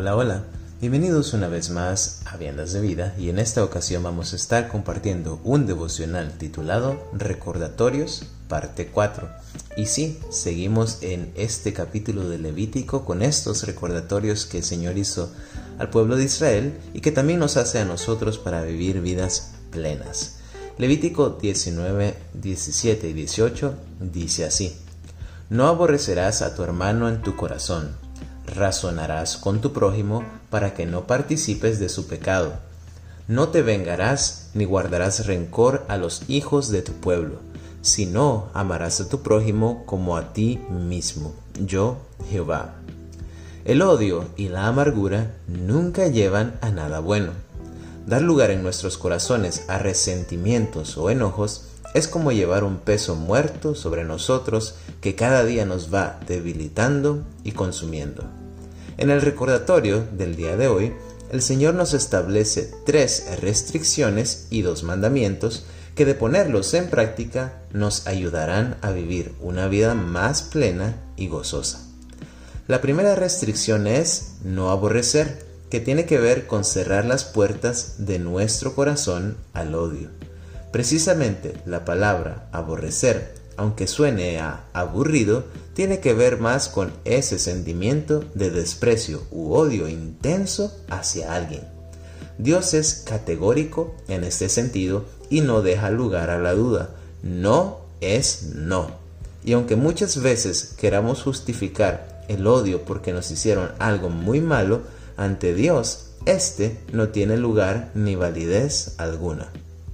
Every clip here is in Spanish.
Hola, hola, bienvenidos una vez más a Viandas de Vida, y en esta ocasión vamos a estar compartiendo un devocional titulado Recordatorios, parte 4. Y sí, seguimos en este capítulo de Levítico con estos recordatorios que el Señor hizo al pueblo de Israel y que también nos hace a nosotros para vivir vidas plenas. Levítico 19, 17 y 18 dice así: No aborrecerás a tu hermano en tu corazón. Razonarás con tu prójimo para que no participes de su pecado. No te vengarás ni guardarás rencor a los hijos de tu pueblo, sino amarás a tu prójimo como a ti mismo. Yo, Jehová. El odio y la amargura nunca llevan a nada bueno. Dar lugar en nuestros corazones a resentimientos o enojos es como llevar un peso muerto sobre nosotros que cada día nos va debilitando y consumiendo. En el recordatorio del día de hoy, el Señor nos establece 3 restricciones y 2 mandamientos que, de ponerlos en práctica, nos ayudarán a vivir una vida más plena y gozosa. La primera restricción es no aborrecer, que tiene que ver con cerrar las puertas de nuestro corazón al odio. Precisamente la palabra aborrecer, aunque suene a aburrido, tiene que ver más con ese sentimiento de desprecio u odio intenso hacia alguien. Dios es categórico en este sentido y no deja lugar a la duda. No es no. Y aunque muchas veces queramos justificar el odio porque nos hicieron algo muy malo, ante Dios, este no tiene lugar ni validez alguna.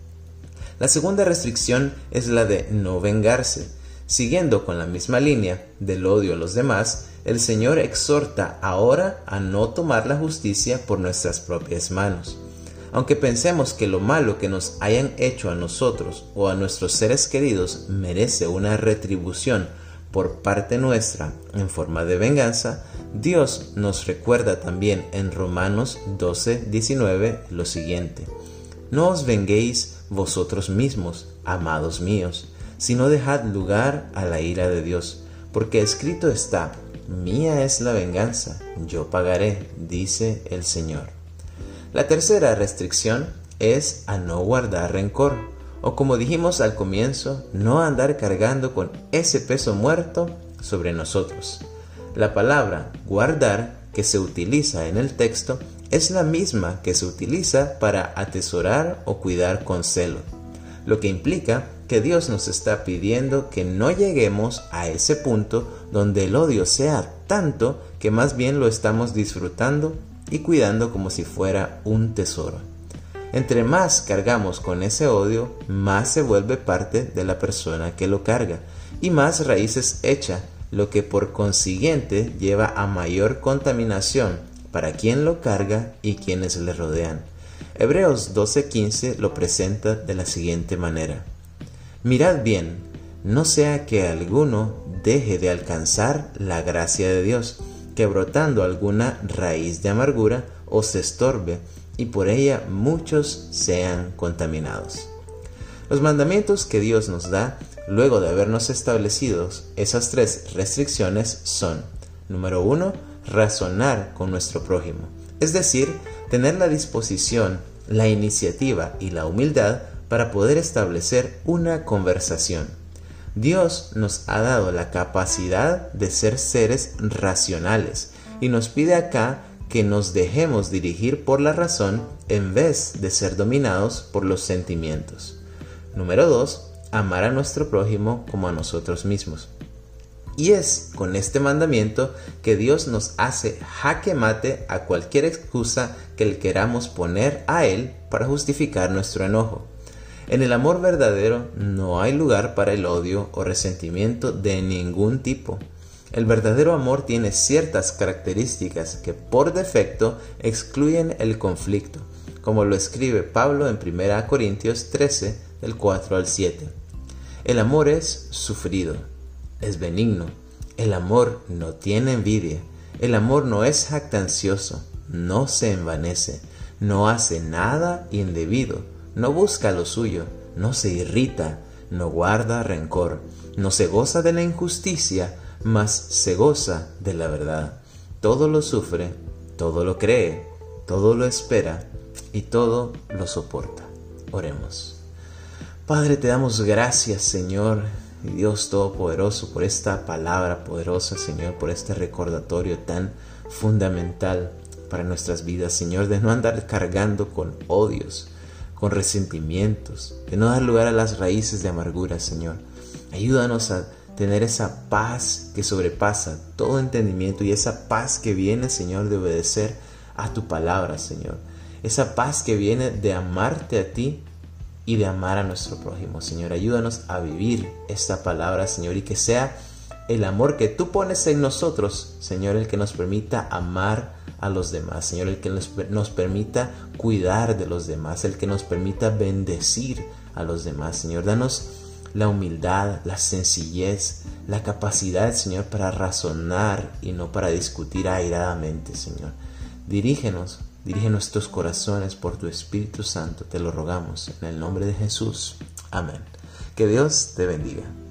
La segunda restricción es la de no vengarse. Siguiendo con la misma línea del odio a los demás, el Señor exhorta ahora a no tomar la justicia por nuestras propias manos. Aunque pensemos que lo malo que nos hayan hecho a nosotros o a nuestros seres queridos merece una retribución por parte nuestra en forma de venganza, Dios nos recuerda también en Romanos 12:19 lo siguiente: No os venguéis vosotros mismos, amados míos, sino dejad lugar a la ira de Dios, porque escrito está: Mía es la venganza, yo pagaré, dice el Señor. La tercera restricción es a no guardar rencor, o como dijimos al comienzo, no andar cargando con ese peso muerto sobre nosotros. La palabra guardar que se utiliza en el texto es la misma que se utiliza para atesorar o cuidar con celo, lo que implica que Dios nos está pidiendo que no lleguemos a ese punto donde el odio sea tanto que más bien lo estamos disfrutando y cuidando como si fuera un tesoro. Entre más cargamos con ese odio, más se vuelve parte de la persona que lo carga y más raíces echa, lo que por consiguiente lleva a mayor contaminación para quien lo carga y quienes le rodean. Hebreos 12:15 lo presenta de la siguiente manera: Mirad bien, no sea que alguno deje de alcanzar la gracia de Dios, que brotando alguna raíz de amargura os estorbe, y por ella muchos sean contaminados. Los mandamientos que Dios nos da, luego de habernos establecido esas 3 restricciones, son: número 1, razonar con nuestro prójimo, es decir, tener la disposición, la iniciativa y la humildad para poder establecer una conversación. Dios nos ha dado la capacidad de ser seres racionales y nos pide acá que nos dejemos dirigir por la razón en vez de ser dominados por los sentimientos. Número 2, amar a nuestro prójimo como a nosotros mismos. Y es con este mandamiento que Dios nos hace jaque mate a cualquier excusa que le queramos poner a Él para justificar nuestro enojo. En el amor verdadero no hay lugar para el odio o resentimiento de ningún tipo. El verdadero amor tiene ciertas características que por defecto excluyen el conflicto, como lo escribe Pablo en 1 Corintios 13, del 4 al 7. El amor es sufrido, es benigno, el amor no tiene envidia, el amor no es jactancioso, no se envanece, no hace nada indebido, no busca lo suyo, no se irrita, no guarda rencor, no se goza de la injusticia, mas se goza de la verdad. Todo lo sufre, todo lo cree, todo lo espera y todo lo soporta. Oremos. Padre, te damos gracias, Señor, Dios Todopoderoso, por esta palabra poderosa, Señor, por este recordatorio tan fundamental para nuestras vidas, Señor, de no andar cargando con odios, con resentimientos, de no dar lugar a las raíces de amargura, Señor. Ayúdanos a tener esa paz que sobrepasa todo entendimiento y esa paz que viene, Señor, de obedecer a tu palabra, Señor. Esa paz que viene de amarte a ti y de amar a nuestro prójimo, Señor. Ayúdanos a vivir esta palabra, Señor, y que sea el amor que tú pones en nosotros, Señor, el que nos permita amar a los demás, Señor, el que nos permita cuidar de los demás, el que nos permita bendecir a los demás, Señor. Danos la humildad, la sencillez, la capacidad, Señor, para razonar y no para discutir airadamente, Señor. Dirige nuestros corazones por tu Espíritu Santo, te lo rogamos en el nombre de Jesús. Amén. Que Dios te bendiga.